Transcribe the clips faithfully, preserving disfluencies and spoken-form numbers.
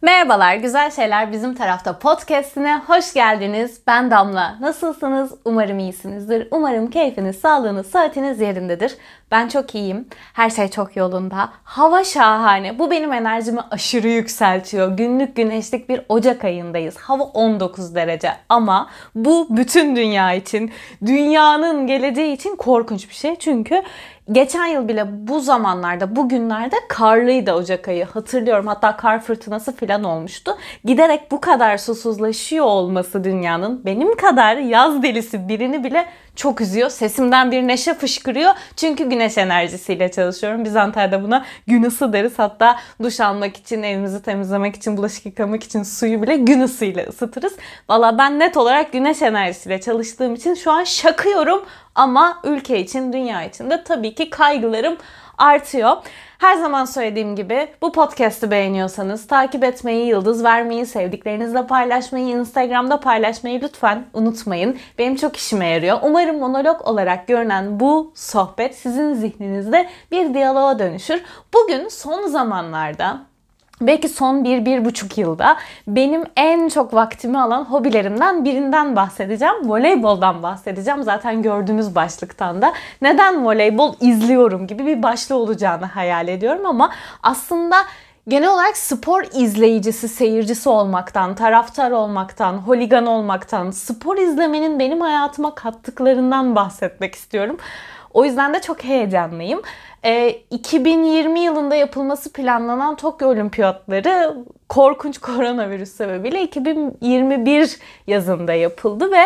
Merhabalar, Güzel Şeyler Bizim Tarafta podcastine hoş geldiniz. Ben Damla. Nasılsınız? Umarım iyisinizdir. Umarım keyfiniz, sağlığınız, saatiniz yerindedir. Ben çok iyiyim. Her şey çok yolunda. Hava şahane. Bu benim enerjimi aşırı yükseltiyor. Günlük güneşlik bir Ocak ayındayız. Hava on dokuz derece ama bu bütün dünya için, dünyanın geleceği için korkunç bir şey. Çünkü geçen yıl bile bu zamanlarda, bu günlerde karlıydı Ocak ayı. Hatırlıyorum, hatta kar fırtınası falan olmuştu. Giderek bu kadar susuzlaşıyor olması dünyanın benim kadar yaz delisi birini bile çok üzüyor. Sesimden bir neşe fışkırıyor. Çünkü güneş enerjisiyle çalışıyorum. Biz Antalya'da buna gün ısı deriz. Hatta duş almak için, evimizi temizlemek için, bulaşık yıkamak için suyu bile gün ısıyla ısıtırız. Valla ben net olarak güneş enerjisiyle çalıştığım için şu an şakıyorum. Ama ülke için, dünya için de tabii ki kaygılarım artıyor. Her zaman söylediğim gibi bu podcast'ı beğeniyorsanız takip etmeyi, yıldız vermeyi, sevdiklerinizle paylaşmayı, Instagram'da paylaşmayı lütfen unutmayın. Benim çok işime yarıyor. Umarım monolog olarak görünen bu sohbet sizin zihninizde bir diyaloğa dönüşür. Bugün son zamanlarda, belki son bir, bir buçuk yılda benim en çok vaktimi alan hobilerimden birinden bahsedeceğim. Voleyboldan bahsedeceğim. Zaten gördüğünüz başlıktan da neden voleybol izliyorum gibi bir başlığı olacağını hayal ediyorum ama aslında genel olarak spor izleyicisi, seyircisi olmaktan, taraftar olmaktan, holigan olmaktan, spor izlemenin benim hayatıma kattıklarından bahsetmek istiyorum. O yüzden de çok heyecanlıyım. E, iki bin yirmi yılında yapılması planlanan Tokyo Olimpiyatları korkunç koronavirüs sebebiyle iki bin yirmi bir yazında yapıldı ve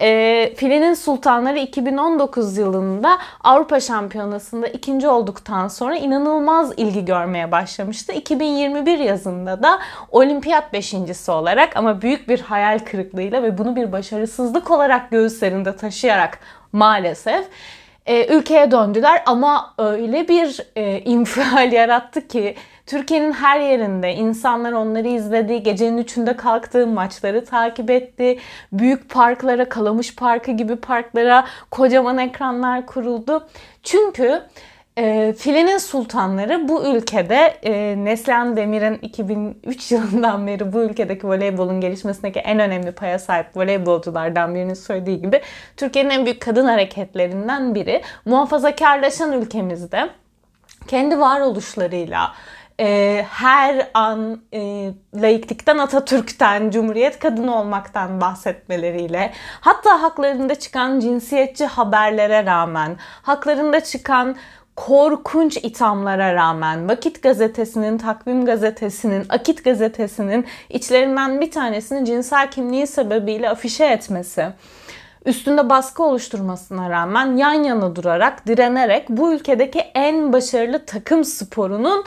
e, Filenin Sultanları iki bin on dokuz yılında Avrupa Şampiyonası'nda ikinci olduktan sonra inanılmaz ilgi görmeye başlamıştı. iki bin yirmi bir yazında da olimpiyat beşincisi olarak ama büyük bir hayal kırıklığıyla ve bunu bir başarısızlık olarak göğüslerinde taşıyarak maalesef E, ülkeye döndüler ama öyle bir e, infial yarattı ki Türkiye'nin her yerinde insanlar onları izledi, gecenin üçünde kalktığı maçları takip etti, büyük parklara, Kalamış Parkı gibi parklara kocaman ekranlar kuruldu. Çünkü E, Filenin Sultanları bu ülkede e, Neslihan Demir'in iki bin üç yılından beri bu ülkedeki voleybolun gelişmesindeki en önemli paya sahip voleybolculardan birinin söylediği gibi Türkiye'nin en büyük kadın hareketlerinden biri. Muhafazakarlaşan ülkemizde kendi varoluşlarıyla, e, her an e, laiklikten, Atatürk'ten, Cumhuriyet kadını olmaktan bahsetmeleriyle, hatta haklarında çıkan cinsiyetçi haberlere rağmen, haklarında çıkan korkunç ithamlara rağmen Vakit Gazetesi'nin, Takvim Gazetesi'nin, Akit Gazetesi'nin içlerinden bir tanesini cinsel kimliği sebebiyle afişe etmesi, üstünde baskı oluşturmasına rağmen yan yana durarak, direnerek bu ülkedeki en başarılı takım sporunun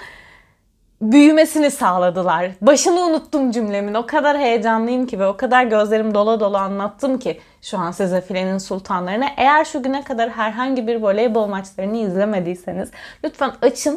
büyümesini sağladılar. Başını unuttum cümlemin. O kadar heyecanlıyım ki ve o kadar gözlerim dola dola anlattım ki şu an size Filenin Sultanlarına. Eğer şu güne kadar herhangi bir voleybol maçlarını izlemediyseniz lütfen açın,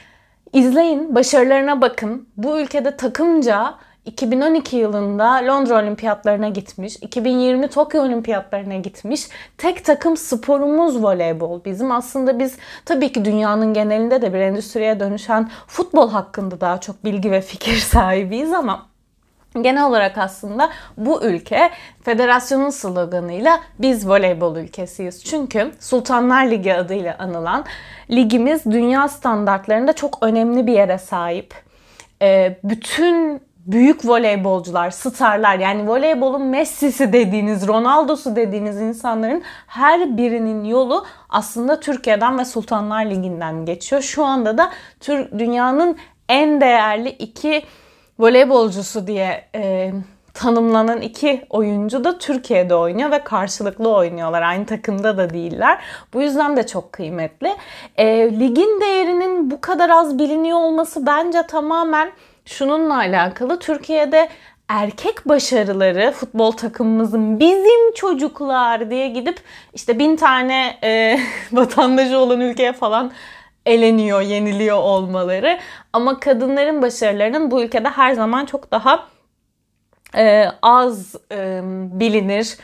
izleyin, başarılarına bakın. Bu ülkede takımca iki bin on iki yılında Londra Olimpiyatlarına gitmiş, iki bin yirmi Tokyo Olimpiyatlarına gitmiş. Tek takım sporumuz voleybol. Bizim aslında biz tabii ki dünyanın genelinde de bir endüstriye dönüşen futbol hakkında daha çok bilgi ve fikir sahibiyiz ama genel olarak aslında bu ülke federasyonun sloganıyla biz voleybol ülkesiyiz. Çünkü Sultanlar Ligi adıyla anılan ligimiz dünya standartlarında çok önemli bir yere sahip. Ee, bütün büyük voleybolcular, starlar, yani voleybolun Messi'si dediğiniz, Ronaldo'su dediğiniz insanların her birinin yolu aslında Türkiye'den ve Sultanlar Ligi'nden geçiyor. Şu anda da Türk dünyanın en değerli iki voleybolcusu diye e, tanımlanan iki oyuncu da Türkiye'de oynuyor ve karşılıklı oynuyorlar. Aynı takımda da değiller. Bu yüzden de çok kıymetli. E, ligin değerinin bu kadar az biliniyor olması bence tamamen şununla alakalı. Türkiye'de erkek başarıları, futbol takımımızın bizim çocuklar diye gidip işte bin tane e, vatandaşı olan ülkeye falan eleniyor, yeniliyor olmaları. Ama kadınların başarılarının bu ülkede her zaman çok daha e, az e, bilinir,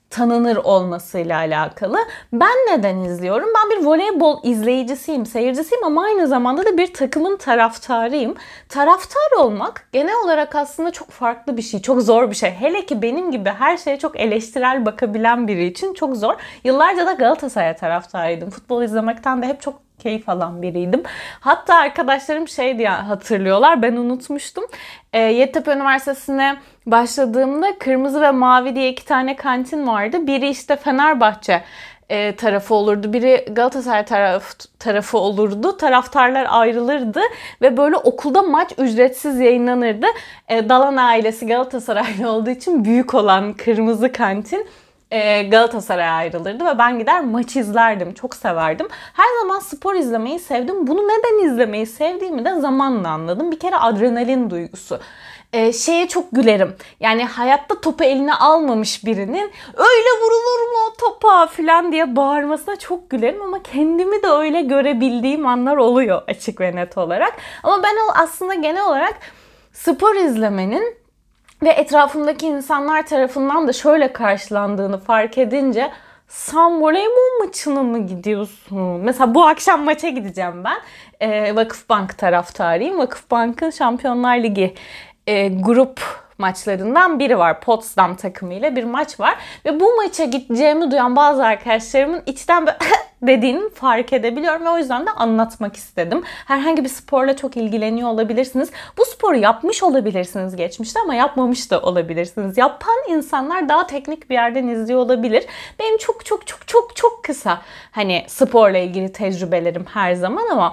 tanınır olmasıyla alakalı. Ben neden izliyorum? Ben bir voleybol izleyicisiyim, seyircisiyim ama aynı zamanda da bir takımın taraftarıyım. Taraftar olmak genel olarak aslında çok farklı bir şey, çok zor bir şey. Hele ki benim gibi her şeye çok eleştirel bakabilen biri için çok zor. Yıllarca da Galatasaray taraftarıydım. Futbol izlemekten de hep çok keyif alan biriydim. Hatta arkadaşlarım şey diye hatırlıyorlar, ben unutmuştum. E, Yeditepe Üniversitesi'ne başladığımda kırmızı ve mavi diye iki tane kantin vardı. Biri işte Fenerbahçe e, tarafı olurdu, biri Galatasaray taraf, tarafı olurdu. Taraftarlar ayrılırdı ve böyle okulda maç ücretsiz yayınlanırdı. E, Dalan ailesi Galatasaraylı olduğu için büyük olan kırmızı kantin Galatasaray'a ayrılırdı ve ben gider maç izlerdim. Çok severdim. Her zaman spor izlemeyi sevdim. Bunu neden izlemeyi sevdiğimi de zamanla anladım. Bir kere adrenalin duygusu. Ee, şeye çok gülerim. Yani hayatta topu eline almamış birinin öyle vurulur mu o topa falan diye bağırmasına çok gülerim ama kendimi de öyle görebildiğim anlar oluyor açık ve net olarak. Ama ben aslında genel olarak spor izlemenin ve etrafımdaki insanlar tarafından da şöyle karşılandığını fark edince, sen voleybol maçına mı gidiyorsun? Mesela bu akşam maça gideceğim ben. E, Vakıfbank taraftarıyım. Vakıfbank'ın Şampiyonlar Ligi e, grup maçlarından biri var. Potsdam takımıyla bir maç var. Ve bu maça gideceğimi duyan bazı arkadaşlarımın içten böyle dediğini fark edebiliyorum ve o yüzden de anlatmak istedim. Herhangi bir sporla çok ilgileniyor olabilirsiniz. Bu sporu yapmış olabilirsiniz geçmişte ama yapmamış da olabilirsiniz. Yapan insanlar daha teknik bir yerden izliyor olabilir. Benim çok çok çok çok çok kısa hani sporla ilgili tecrübelerim her zaman ama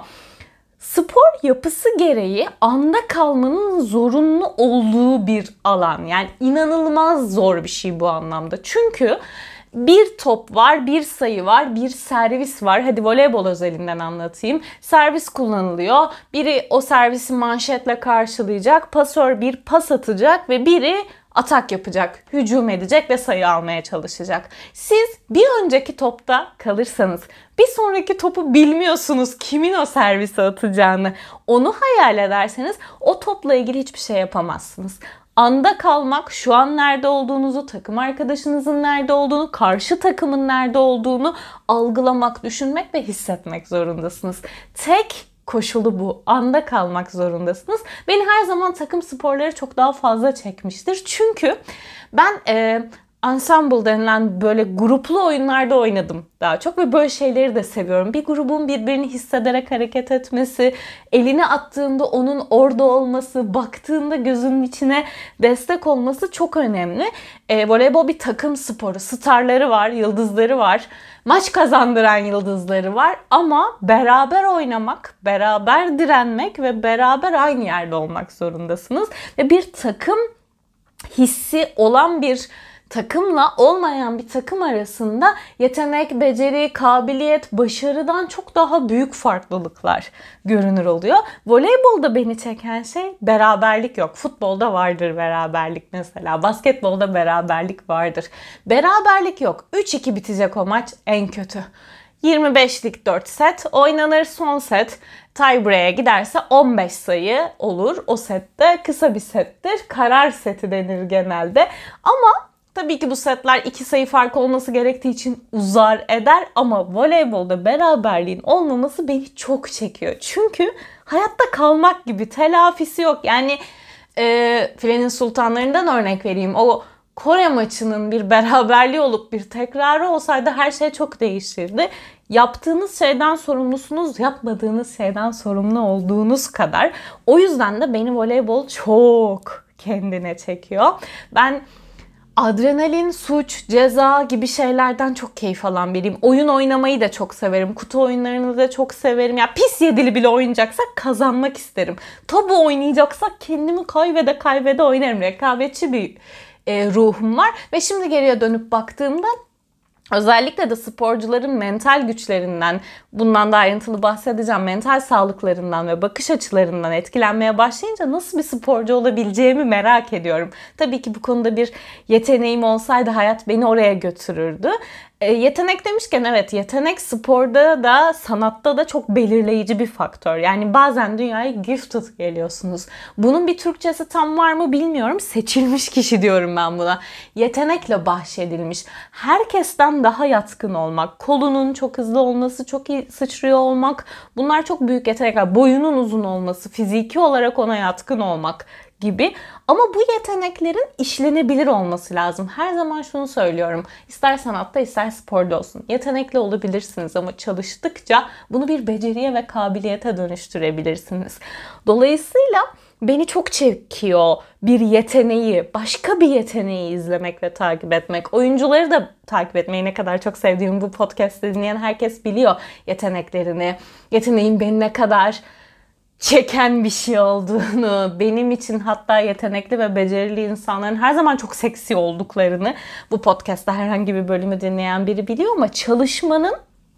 spor yapısı gereği anda kalmanın zorunlu olduğu bir alan. Yani inanılmaz zor bir şey bu anlamda. Çünkü bir top var, bir sayı var, bir servis var. Hadi voleybol özelinden anlatayım. Servis kullanılıyor. Biri o servisi manşetle karşılayacak. Pasör bir pas atacak ve biri atak yapacak, hücum edecek ve sayı almaya çalışacak. Siz bir önceki topta kalırsanız, bir sonraki topu bilmiyorsunuz kimin o servisi atacağını, onu hayal ederseniz o topla ilgili hiçbir şey yapamazsınız. Anda kalmak, şu an nerede olduğunuzu, takım arkadaşınızın nerede olduğunu, karşı takımın nerede olduğunu algılamak, düşünmek ve hissetmek zorundasınız. Tek koşulu bu. Anda kalmak zorundasınız. Beni her zaman takım sporları çok daha fazla çekmiştir. Çünkü ben e, ensemble denilen böyle gruplu oyunlarda oynadım daha çok ve böyle şeyleri de seviyorum. Bir grubun birbirini hissederek hareket etmesi, elini attığında onun orada olması, baktığında gözünün içine destek olması çok önemli. E, voleybol bir takım sporu. Starları var, yıldızları var. Maç kazandıran yıldızları var ama beraber oynamak, beraber direnmek ve beraber aynı yerde olmak zorundasınız. Ve bir takım hissi olan bir takımla olmayan bir takım arasında yetenek, beceri, kabiliyet, başarıdan çok daha büyük farklılıklar görünür oluyor. Voleybolda beni çeken şey beraberlik yok. Futbolda vardır beraberlik mesela. Basketbolda beraberlik vardır. Beraberlik yok. üç iki bitecek o maç en kötü. yirmi beşlik dört set oynanır, son set tiebreak'e giderse on beş sayı olur. O sette kısa bir settir. Karar seti denir genelde. Ama tabii ki bu setler iki sayı fark olması gerektiği için uzar eder ama voleybolda beraberliğin olmaması beni çok çekiyor. Çünkü hayatta kalmak gibi, telafisi yok. Yani e, Filenin Sultanlarından örnek vereyim. O Kore maçının bir beraberliği olup bir tekrarı olsaydı her şey çok değişirdi. Yaptığınız şeyden sorumlusunuz, yapmadığınız şeyden sorumlu olduğunuz kadar. O yüzden de beni voleybol çok kendine çekiyor. Ben adrenalin, suç, ceza gibi şeylerden çok keyif alan biriyim. Oyun oynamayı da çok severim. Kutu oyunlarını da çok severim. Ya pis yedili bile oynayacaksak kazanmak isterim. Tabu oynayacaksak kendimi kaybede kaybede oynarım. Rekabetçi bir e, ruhum var. Ve şimdi geriye dönüp baktığımda özellikle de sporcuların mental güçlerinden, bundan da ayrıntılı bahsedeceğim, mental sağlıklarından ve bakış açılarından etkilenmeye başlayınca nasıl bir sporcu olabileceğimi merak ediyorum. Tabii ki bu konuda bir yeteneğim olsaydı hayat beni oraya götürürdü. E, yetenek demişken evet, yetenek sporda da sanatta da çok belirleyici bir faktör. Yani bazen dünyaya gifted geliyorsunuz. Bunun bir Türkçesi tam var mı bilmiyorum. Seçilmiş kişi diyorum ben buna. Yetenekle bahşedilmiş. Herkesten daha yatkın olmak, kolunun çok hızlı olması, çok iyi sıçrıyor olmak, bunlar çok büyük yetenekler. Boyunun uzun olması, fiziki olarak ona yatkın olmak gibi. Ama bu yeteneklerin işlenebilir olması lazım. Her zaman şunu söylüyorum. İster sanatta ister sporda olsun. Yetenekli olabilirsiniz ama çalıştıkça bunu bir beceriye ve kabiliyete dönüştürebilirsiniz. Dolayısıyla beni çok çekiyor bir yeteneği, başka bir yeteneği izlemek ve takip etmek. Oyuncuları da takip etmeyi ne kadar çok sevdiğimi bu podcast'ı dinleyen herkes biliyor yeteneklerini. Yeteneğin beni ne kadar çeken bir şey olduğunu, benim için hatta yetenekli ve becerili insanların her zaman çok seksi olduklarını bu podcast'ta herhangi bir bölümü dinleyen biri biliyor ama çalışmanın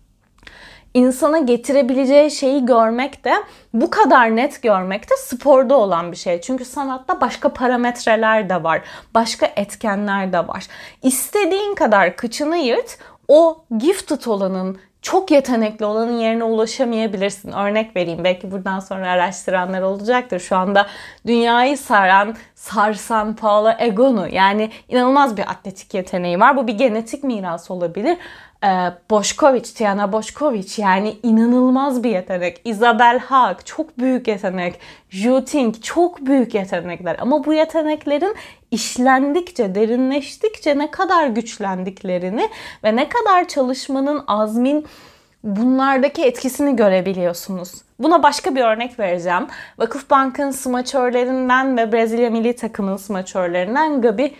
insana getirebileceği şeyi görmek de, bu kadar net görmek de sporda olan bir şey. Çünkü sanatta başka parametreler de var, başka etkenler de var. İstediğin kadar kıçını yırt, o gifted olanın, çok yetenekli olanın yerine ulaşamayabilirsin. Örnek vereyim. Belki buradan sonra araştıranlar olacaktır. Şu anda dünyayı saran, sarsan Paula Egonu. Yani inanılmaz bir atletik yeteneği var. Bu bir genetik miras olabilir. Ee, Bošković, Tijana Bošković yani inanılmaz bir yetenek. Isabelle Haag çok büyük yetenek. Zhu Ting çok büyük yetenekler. Ama bu yeteneklerin işlendikçe, derinleştikçe ne kadar güçlendiklerini ve ne kadar çalışmanın, azmin bunlardaki etkisini görebiliyorsunuz. Buna başka bir örnek vereceğim. Vakıfbank'ın smaçörlerinden ve Brezilya milli takımının smaçörlerinden Gabi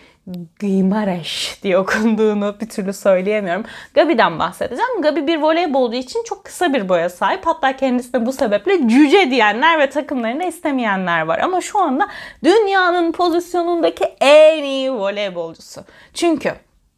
Guimarães diye okunduğunu bir türlü söyleyemiyorum. Gabi'den bahsedeceğim. Gabi bir voleybolcu için çok kısa bir boya sahip. Hatta kendisine bu sebeple cüce diyenler ve takımlarında istemeyenler var. Ama şu anda dünyanın pozisyonundaki en iyi voleybolcusu. Çünkü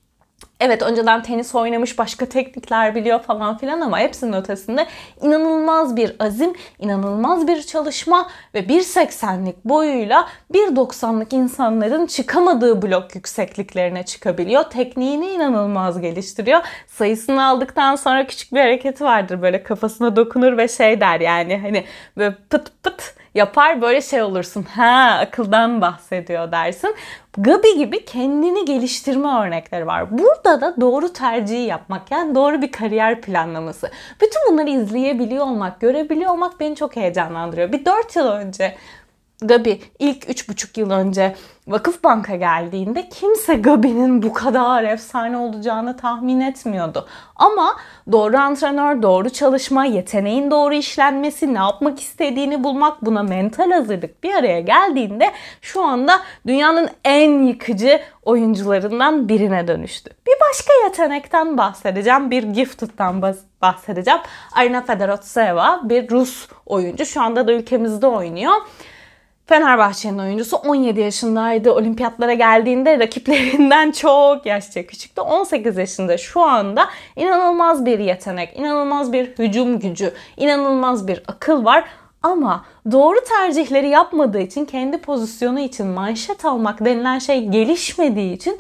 evet, önceden tenis oynamış, başka teknikler biliyor falan filan ama hepsinin ötesinde inanılmaz bir azim, inanılmaz bir çalışma ve bir seksenlik boyuyla bir doksanlık insanların çıkamadığı blok yüksekliklerine çıkabiliyor. Tekniğini inanılmaz geliştiriyor. Sayısını aldıktan sonra küçük bir hareketi vardır, böyle kafasına dokunur ve şey der, yani hani böyle pıt pıt yapar, böyle şey olursun. Ha, akıldan bahsediyor dersin. Gabi gibi kendini geliştirme örnekleri var. Burada da doğru tercihi yapmak, yani doğru bir kariyer planlaması. Bütün bunları izleyebiliyor olmak, görebiliyor olmak beni çok heyecanlandırıyor. Bir dört yıl önce Gabi ilk üç buçuk yıl önce Vakıfbank'a geldiğinde kimse Gabi'nin bu kadar efsane olacağını tahmin etmiyordu. Ama doğru antrenör, doğru çalışma, yeteneğin doğru işlenmesi, ne yapmak istediğini bulmak, buna mental hazırlık bir araya geldiğinde şu anda dünyanın en yıkıcı oyuncularından birine dönüştü. Bir başka yetenekten bahsedeceğim, bir gifted'dan bahsedeceğim. Arina Fedorovtseva bir Rus oyuncu, şu anda da ülkemizde oynuyor. Fenerbahçe'nin oyuncusu, on yedi yaşındaydı. Olimpiyatlara geldiğinde rakiplerinden çok yaşça küçüktü. on sekiz yaşında şu anda. İnanılmaz bir yetenek, inanılmaz bir hücum gücü, inanılmaz bir akıl var. Ama doğru tercihleri yapmadığı için, kendi pozisyonu için manşet almak denilen şey gelişmediği için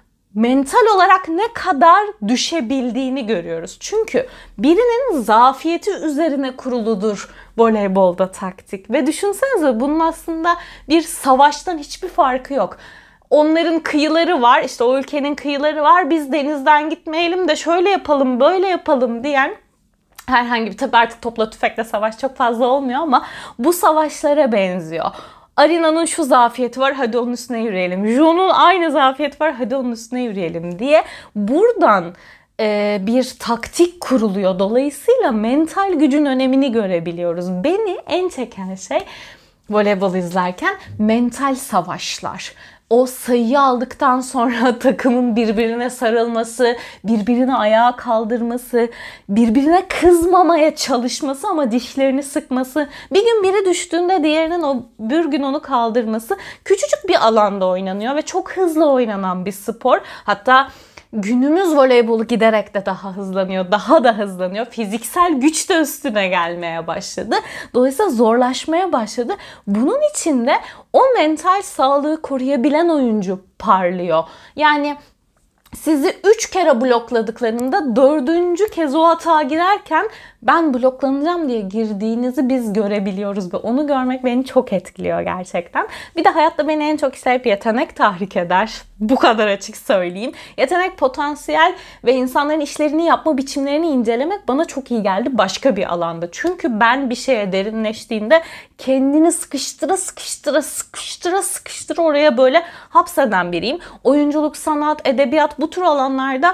mental olarak ne kadar düşebildiğini görüyoruz. Çünkü birinin zafiyeti üzerine kuruludur voleybolda taktik. Ve düşünsenize, bunun aslında bir savaştan hiçbir farkı yok. Onların kıyıları var, işte o ülkenin kıyıları var, biz denizden gitmeyelim de şöyle yapalım, böyle yapalım diyen herhangi bir, tabii artık topla tüfekle savaş çok fazla olmuyor ama bu savaşlara benziyor. Arina'nın şu zafiyeti var, hadi onun üstüne yürüyelim. Ju'nun aynı zafiyeti var, hadi onun üstüne yürüyelim diye buradan e, bir taktik kuruluyor. Dolayısıyla mental gücün önemini görebiliyoruz. Beni en çeken şey voleybol izlerken mental savaşlar. O sayıyı aldıktan sonra takımın birbirine sarılması, birbirini ayağa kaldırması, birbirine kızmamaya çalışması ama dişlerini sıkması, bir gün biri düştüğünde diğerinin o bir gün onu kaldırması, küçücük bir alanda oynanıyor ve çok hızlı oynanan bir spor. Hatta günümüz voleybolu giderek de daha hızlanıyor, daha da hızlanıyor. Fiziksel güç de üstüne gelmeye başladı. Dolayısıyla zorlaşmaya başladı. Bunun için de o mental sağlığı koruyabilen oyuncu parlıyor. Yani sizi üç kere blokladıklarında dördüncü kez o hata girerken ben bloklanacağım diye girdiğinizi biz görebiliyoruz ve onu görmek beni çok etkiliyor gerçekten. Bir de hayatta beni en çok işte hep yetenek tahrik eder. Bu kadar açık söyleyeyim. Yetenek, potansiyel ve insanların işlerini yapma biçimlerini incelemek bana çok iyi geldi başka bir alanda. Çünkü ben bir şeye derinleştiğimde kendini sıkıştıra sıkıştıra sıkıştıra sıkıştıra oraya böyle hapseden biriyim. Oyunculuk, sanat, edebiyat bu tür alanlarda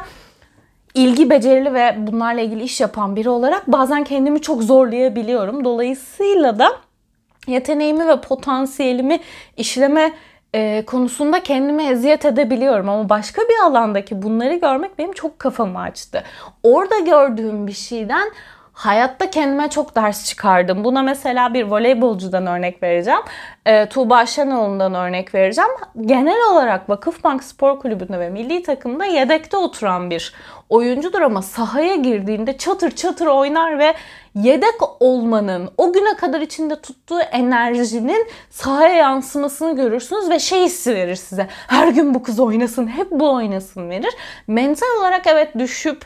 ilgi becerili ve bunlarla ilgili iş yapan biri olarak bazen kendimi çok zorlayabiliyorum. Dolayısıyla da yeteneğimi ve potansiyelimi işleme e, konusunda kendime eziyet edebiliyorum. Ama başka bir alandaki bunları görmek benim çok kafamı açtı. Orada gördüğüm bir şeyden hayatta kendime çok ders çıkardım. Buna mesela bir voleybolcudan örnek vereceğim. E, Tuğba Şenoğlu'ndan örnek vereceğim. Genel olarak Vakıfbank Spor Kulübü'nde ve milli takımda yedekte oturan bir oyuncudur ama sahaya girdiğinde çatır çatır oynar ve yedek olmanın, o güne kadar içinde tuttuğu enerjinin sahaya yansımasını görürsünüz ve şey hissi verir size. Her gün bu kız oynasın, hep bu oynasın verir. Mental olarak evet düşüp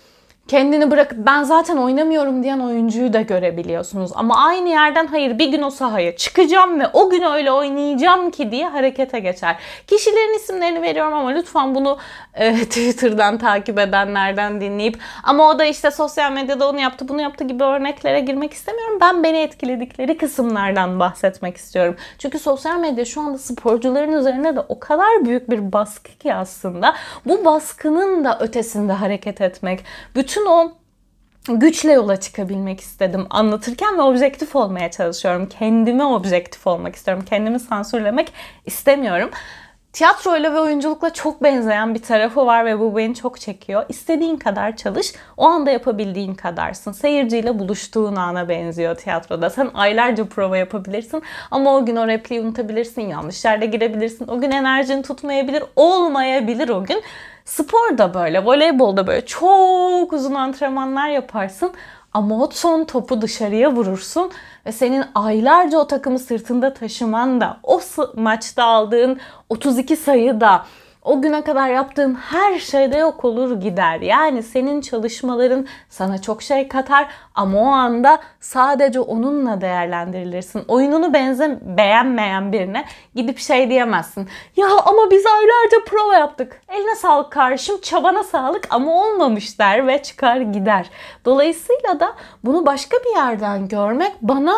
kendini bırakıp ben zaten oynamıyorum diyen oyuncuyu da görebiliyorsunuz. Ama aynı yerden hayır bir gün o sahaya çıkacağım ve o gün öyle oynayacağım ki diye harekete geçer. Kişilerin isimlerini veriyorum ama lütfen bunu e, Twitter'dan takip edenlerden dinleyip ama o da işte sosyal medyada onu yaptı bunu yaptı gibi örneklere girmek istemiyorum. Ben beni etkiledikleri kısımlardan bahsetmek istiyorum. Çünkü sosyal medya şu anda sporcuların üzerine de o kadar büyük bir baskı ki aslında. Bu baskının da ötesinde hareket etmek. Bütün o güçle yola çıkabilmek istedim anlatırken ve objektif olmaya çalışıyorum. Kendime objektif olmak istiyorum. Kendimi sansürlemek istemiyorum. Tiyatroyla ve oyunculukla çok benzeyen bir tarafı var ve bu beni çok çekiyor. İstediğin kadar çalış, o anda yapabildiğin kadarsın. Seyirciyle buluştuğun ana benziyor tiyatroda. Sen aylarca prova yapabilirsin ama o gün o repliği unutabilirsin, yanlış yerde girebilirsin. O gün enerjin tutmayabilir, olmayabilir o gün. Spor da böyle, voleybol da böyle çok uzun antrenmanlar yaparsın ama o son topu dışarıya vurursun ve senin aylarca o takımı sırtında taşıman da, o maçta aldığın otuz iki sayı da, o güne kadar yaptığın her şeyde yok olur gider. Yani senin çalışmaların sana çok şey katar ama o anda sadece onunla değerlendirilirsin. Oyununu benze beğenmeyen birine gidip şey diyemezsin. Ya ama biz aylarca prova yaptık. Eline sağlık kardeşim, çabana sağlık ama olmamış der ve çıkar gider. Dolayısıyla da bunu başka bir yerden görmek bana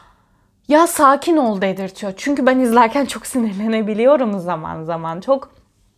ya sakin ol dedirtiyor. Çünkü ben izlerken çok sinirlenebiliyorum zaman zaman. Çok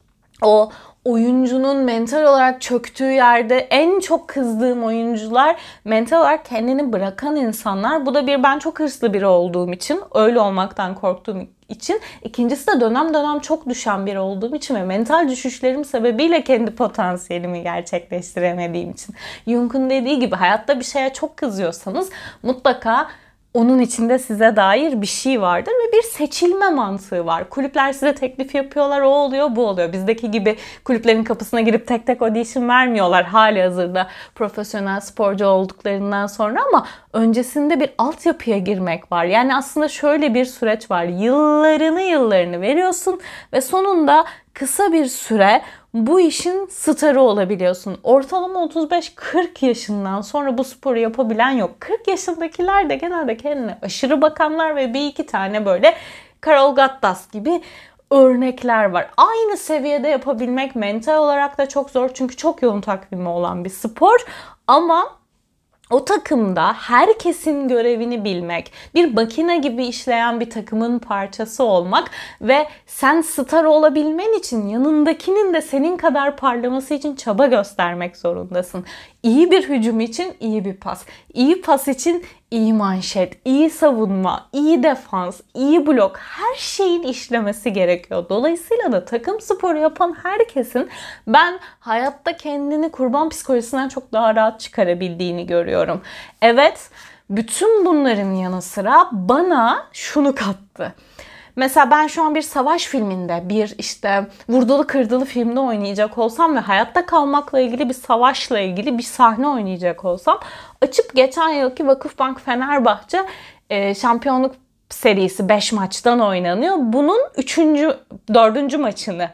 o oyuncunun mental olarak çöktüğü yerde en çok kızdığım oyuncular mental olarak kendini bırakan insanlar. Bu da bir ben çok hırslı biri olduğum için, öyle olmaktan korktuğum için. İkincisi de dönem dönem çok düşen biri olduğum için ve mental düşüşlerim sebebiyle kendi potansiyelimi gerçekleştiremediğim için. Jung'un dediği gibi hayatta bir şeye çok kızıyorsanız mutlaka onun içinde size dair bir şey vardır ve bir seçilme mantığı var. Kulüpler size teklif yapıyorlar, o oluyor, bu oluyor. Bizdeki gibi kulüplerin kapısına girip tek tek audition vermiyorlar hali hazırda profesyonel sporcu olduklarından sonra ama öncesinde bir altyapıya girmek var. Yani aslında şöyle bir süreç var. Yıllarını yıllarını veriyorsun ve sonunda kısa bir süre bu işin starı olabiliyorsun. Ortalama otuz beş kırk yaşından sonra bu sporu yapabilen yok. kırk yaşındakiler de genelde kendine aşırı bakanlar ve bir iki tane böyle Karol Gattas gibi örnekler var. Aynı seviyede yapabilmek mental olarak da çok zor çünkü çok yoğun takvimi olan bir spor ama o takımda herkesin görevini bilmek, bir makine gibi işleyen bir takımın parçası olmak ve sen star olabilmen için yanındakinin de senin kadar parlaması için çaba göstermek zorundasın. İyi bir hücum için iyi bir pas, iyi pas için iyi manşet, iyi savunma, iyi defans, iyi blok, her şeyin işlemesi gerekiyor. Dolayısıyla da takım sporu yapan herkesin ben hayatta kendini kurban psikolojisinden çok daha rahat çıkarabildiğini görüyorum. Evet, bütün bunların yanı sıra bana şunu kattı. Mesela ben şu an bir savaş filminde, bir işte vurdulu kırdılı filmde oynayacak olsam ve hayatta kalmakla ilgili bir savaşla ilgili bir sahne oynayacak olsam açıp geçen yılki Vakıfbank Fenerbahçe e, şampiyonluk serisi beş maçtan oynanıyor. Bunun üçüncü, dördüncü maçını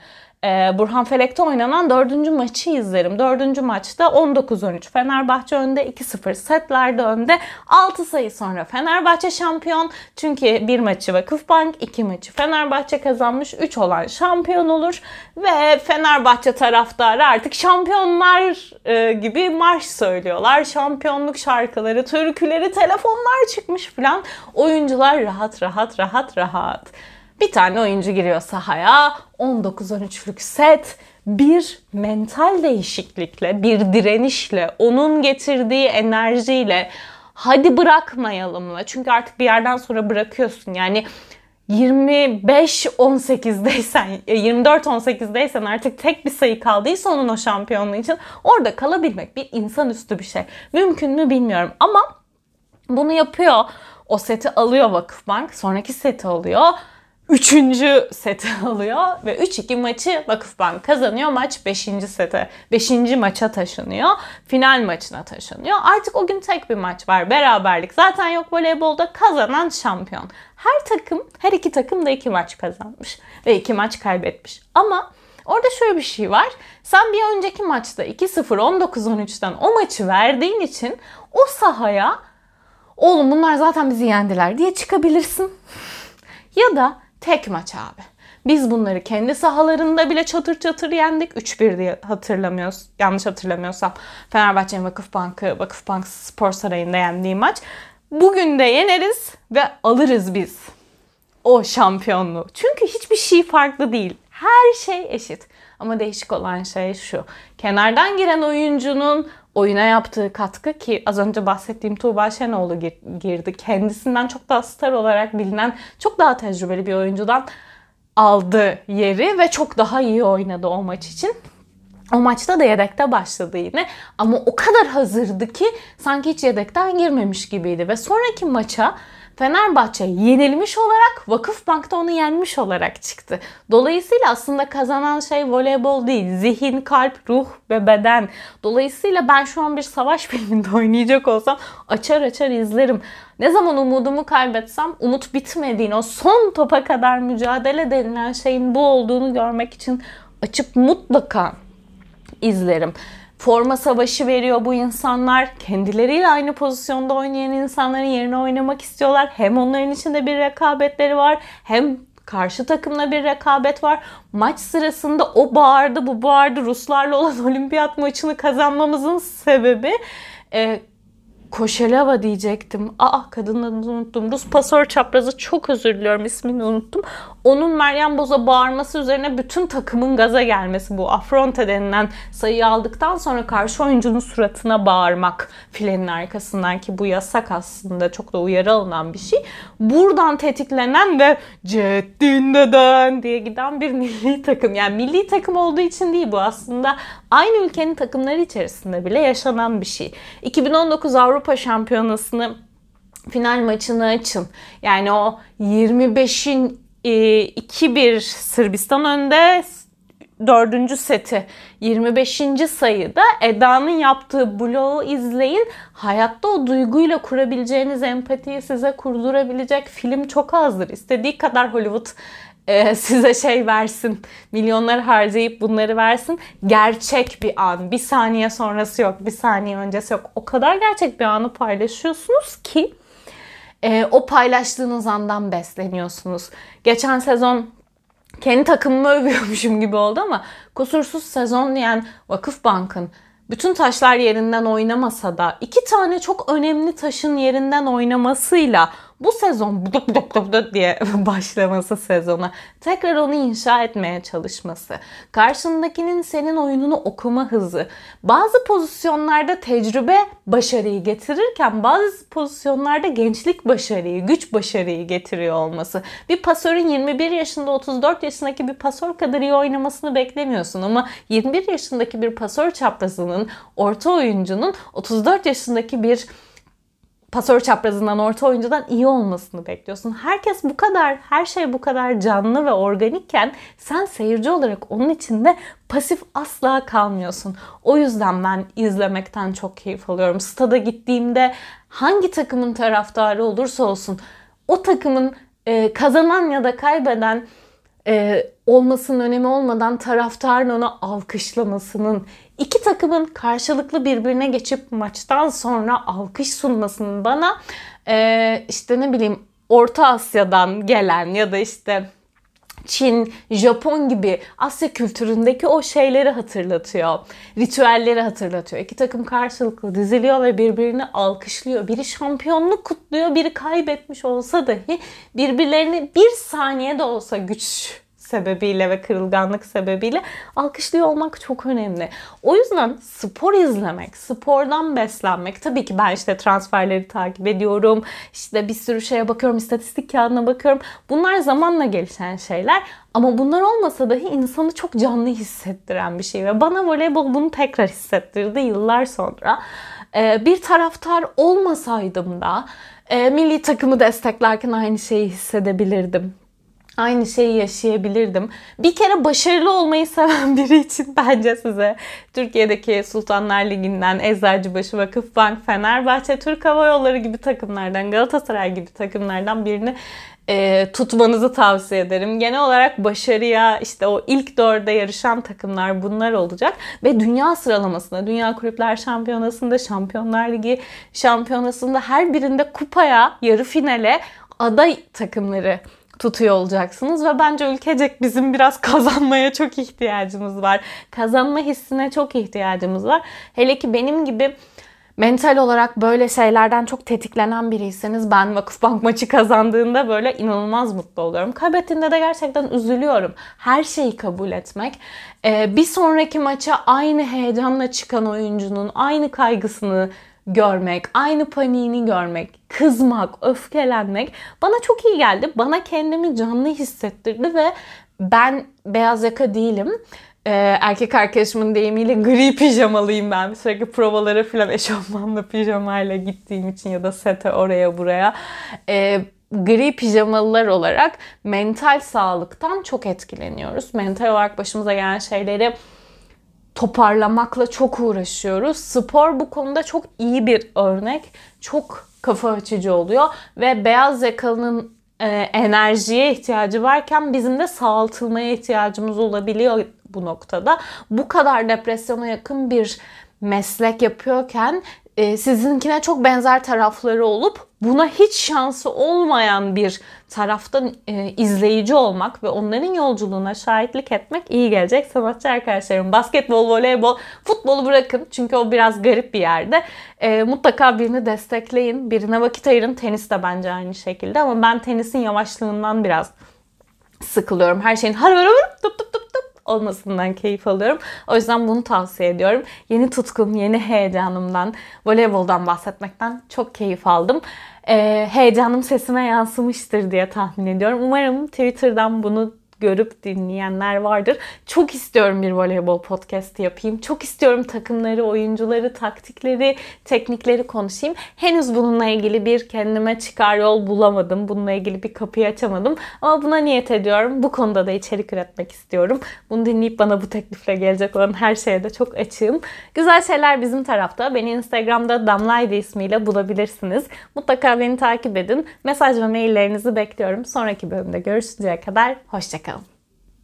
e, Burhan Felek'te oynanan dördüncü maçı izlerim. Dördüncü maçta on dokuz on üç Fenerbahçe önde, iki sıfır setlerde önde. altı sayı sonra Fenerbahçe şampiyon. Çünkü bir maçı Vakıfbank, iki maçı Fenerbahçe kazanmış. üç olan şampiyon olur. Ve Fenerbahçe taraftarı artık şampiyonlar e, gibi marş söylüyorlar. Şampiyonluk şarkıları, türküleri, telefonlar çıkmış falan. Oyuncular rahat rahat rahat rahat. Bir tane oyuncu giriyor sahaya, on dokuz on üçlük set, bir mental değişiklikle, bir direnişle, onun getirdiği enerjiyle, hadi bırakmayalımla. Çünkü artık bir yerden sonra bırakıyorsun. Yani yirmi beş on sekizdeysen, yirmi dört on sekizdeysen artık tek bir sayı kaldıysa onun o şampiyonluğu için orada kalabilmek bir insanüstü bir şey. Mümkün mü bilmiyorum ama bunu yapıyor. O seti alıyor Vakıfbank, sonraki seti alıyor. Üçüncü seti alıyor ve üç iki maçı Vakıfbank kazanıyor. Maç beşinci sete, beşinci maça taşınıyor. Final maçına taşınıyor. Artık o gün tek bir maç var. Beraberlik. Zaten yok voleybolda, kazanan şampiyon. Her takım, her iki takım da iki maç kazanmış ve iki maç kaybetmiş. Ama orada şöyle bir şey var. Sen bir önceki maçta iki sıfır on dokuz on üçten o maçı verdiğin için o sahaya oğlum bunlar zaten bizi yendiler diye çıkabilirsin. Ya da tek maç abi. Biz bunları kendi sahalarında bile çatır çatır yendik. üç bir diye hatırlamıyoruz. Yanlış hatırlamıyorsam. Fenerbahçe'nin Vakıfbank'ı, Vakıfbank Spor Sarayı'nda yendiği maç. Bugün de yeneriz ve alırız biz o şampiyonluğu. Çünkü hiçbir şey farklı değil. Her şey eşit. Ama değişik olan şey şu. Kenardan giren oyuncunun oyuna yaptığı katkı, ki az önce bahsettiğim Tuğba Şenoğlu girdi. Kendisinden çok daha star olarak bilinen, çok daha tecrübeli bir oyuncudan aldı yeri ve çok daha iyi oynadı o maç için. O maçta da yedekte başladı yine ama o kadar hazırdı ki sanki hiç yedekten girmemiş gibiydi. Ve sonraki maça Fenerbahçe yenilmiş olarak, Vakıfbank'ta onu yenmiş olarak çıktı. Dolayısıyla aslında kazanan şey voleybol değil, zihin, kalp, ruh ve beden. Dolayısıyla ben şu an bir savaş filminde oynayacak olsam açar açar izlerim. Ne zaman umudumu kaybetsem, umut bitmediğini, o son topa kadar mücadele denilen şeyin bu olduğunu görmek için açıp mutlaka izlerim. Forma savaşı veriyor bu insanlar. Kendileriyle aynı pozisyonda oynayan insanların yerine oynamak istiyorlar. Hem onların içinde bir rekabetleri var, hem karşı takımla bir rekabet var. Maç sırasında o bağırdı, bu bağırdı. Ruslarla olan olimpiyat maçını kazanmamızın sebebi e, Koşelava diyecektim. Aa, kadının adını unuttum. Rus pasör çaprazı, çok özür diliyorum, ismini unuttum. Onun Meryem Boz'a bağırması üzerine bütün takımın gaza gelmesi, bu afronte denilen sayıyı aldıktan sonra karşı oyuncunun suratına bağırmak filenin arkasından, ki bu yasak aslında, çok da uyarı alınan bir şey. Buradan tetiklenen ve Ceddin deden diye giden bir milli takım. Yani milli takım olduğu için değil bu, aslında aynı ülkenin takımları içerisinde bile yaşanan bir şey. iki bin on dokuz Avrupa Şampiyonası'nı final maçını açın. Yani o yirmi beşin iki bir Sırbistan önde, dördüncü seti yirmi beşinci sayıda Eda'nın yaptığı bloğu izleyin. Hayatta o duyguyla kurabileceğiniz empatiyi size kurdurabilecek film çok azdır. İstediği kadar Hollywood e, size şey versin, milyonlar harcayıp bunları versin. Gerçek bir an. Bir saniye sonrası yok, bir saniye öncesi yok. O kadar gerçek bir anı paylaşıyorsunuz ki e, o paylaştığınız andan besleniyorsunuz. Geçen sezon kendi takımımı övüyormuşum gibi oldu ama kusursuz sezon diyen Vakıfbank'ın bütün taşlar yerinden oynamasa da iki tane çok önemli taşın yerinden oynamasıyla bu sezon buduk buduk buduk diye başlaması sezona, tekrar onu inşa etmeye çalışması, karşındakinin senin oyununu okuma hızı, bazı pozisyonlarda tecrübe başarıyı getirirken bazı pozisyonlarda gençlik başarıyı, güç başarıyı getiriyor olması. Bir pasörün yirmi bir yaşında otuz dört yaşındaki bir pasör kadar iyi oynamasını beklemiyorsun ama yirmi bir yaşındaki bir pasör çaprazının, orta oyuncunun otuz dört yaşındaki bir pasör çaprazından, orta oyuncudan iyi olmasını bekliyorsun. Herkes bu kadar, her şey bu kadar canlı ve organikken sen seyirci olarak onun içinde pasif asla kalmıyorsun. O yüzden ben izlemekten çok keyif alıyorum. Stada gittiğimde hangi takımın taraftarı olursa olsun o takımın e, kazanan ya da kaybeden e, olmasının önemi olmadan taraftarın onu alkışlamasının, iki takımın karşılıklı birbirine geçip maçtan sonra alkış sunmasının bana e, işte ne bileyim Orta Asya'dan gelen ya da işte Çin, Japon gibi Asya kültüründeki o şeyleri hatırlatıyor. Ritüelleri hatırlatıyor. İki takım karşılıklı diziliyor ve birbirini alkışlıyor. Biri şampiyonluk kutluyor, biri kaybetmiş olsa dahi birbirlerini bir saniye de olsa güç sebebiyle ve kırılganlık sebebiyle alkışlıyor olmak çok önemli. O yüzden spor izlemek, spordan beslenmek, tabii ki ben işte transferleri takip ediyorum, işte bir sürü şeye bakıyorum, istatistik kağıdına bakıyorum. Bunlar zamanla gelişen şeyler ama bunlar olmasa dahi insanı çok canlı hissettiren bir şey ve bana voleybol bunu tekrar hissettirdi yıllar sonra. Ee, bir taraftar olmasaydım da e, milli takımı desteklerken aynı şeyi hissedebilirdim. Aynı şeyi yaşayabilirdim. Bir kere başarılı olmayı seven biri için bence size Türkiye'deki Sultanlar Ligi'nden Eczacıbaşı, Vakıfbank, Fenerbahçe, Türk Hava Yolları gibi takımlardan, Galatasaray gibi takımlardan birini e, tutmanızı tavsiye ederim. Genel olarak başarıya, işte o ilk dörde yarışan takımlar bunlar olacak. Ve dünya sıralamasında, Dünya Kulüpler Şampiyonası'nda, Şampiyonlar Ligi Şampiyonası'nda her birinde kupaya, yarı finale aday takımları tutuyor olacaksınız ve bence ülkecek bizim biraz kazanmaya çok ihtiyacımız var. Kazanma hissine çok ihtiyacımız var. Hele ki benim gibi mental olarak böyle şeylerden çok tetiklenen biriyseniz ben Vakıfbank maçı kazandığında böyle inanılmaz mutlu oluyorum. Kaybettiğinde de gerçekten üzülüyorum. Her şeyi kabul etmek, bir sonraki maça aynı heyecanla çıkan oyuncunun aynı kaygısını görmek, aynı paniğini görmek, kızmak, öfkelenmek bana çok iyi geldi. Bana kendimi canlı hissettirdi ve ben beyaz yaka değilim. Ee, erkek arkadaşımın deyimiyle gri pijamalıyım ben. Sürekli provalara falan eşofmanla pijamayla gittiğim için ya da sete oraya buraya. Ee, gri pijamalılar olarak mental sağlıktan çok etkileniyoruz. Mental olarak başımıza gelen şeyleri toparlamakla çok uğraşıyoruz. Spor bu konuda çok iyi bir örnek. Çok kafa açıcı oluyor ve beyaz yakalının e, enerjiye ihtiyacı varken bizim de sağaltılmaya ihtiyacımız olabiliyor bu noktada. Bu kadar depresyona yakın bir meslek yapıyorken e, sizinkine çok benzer tarafları olup buna hiç şansı olmayan bir taraftan e, izleyici olmak ve onların yolculuğuna şahitlik etmek iyi gelecek sanatçı arkadaşlarım. Basketbol, voleybol, futbolu bırakın çünkü o biraz garip bir yerde. E, mutlaka birini destekleyin, birine vakit ayırın. Tenis de bence aynı şekilde ama ben tenisin yavaşlığından biraz sıkılıyorum. Her şeyin har har har tıp tıp tıp tıp olmasından keyif alıyorum. O yüzden bunu tavsiye ediyorum. Yeni tutkum, yeni heyecanımdan, voleyboldan bahsetmekten çok keyif aldım. Ee, heyecanım sesime yansımıştır diye tahmin ediyorum. Umarım Twitter'dan bunu görüp dinleyenler vardır. Çok istiyorum bir voleybol podcast'i yapayım. Çok istiyorum takımları, oyuncuları, taktikleri, teknikleri konuşayım. Henüz bununla ilgili bir kendime çıkar yol bulamadım. Bununla ilgili bir kapıyı açamadım. Ama buna niyet ediyorum. Bu konuda da içerik üretmek istiyorum. Bunu dinleyip bana bu teklifle gelecek olan her şeye de çok açığım. Güzel şeyler bizim tarafta. Beni Instagram'da Damlaydı ismiyle bulabilirsiniz. Mutlaka beni takip edin. Mesaj ve maillerinizi bekliyorum. Sonraki bölümde görüşünceye kadar hoşça kalın.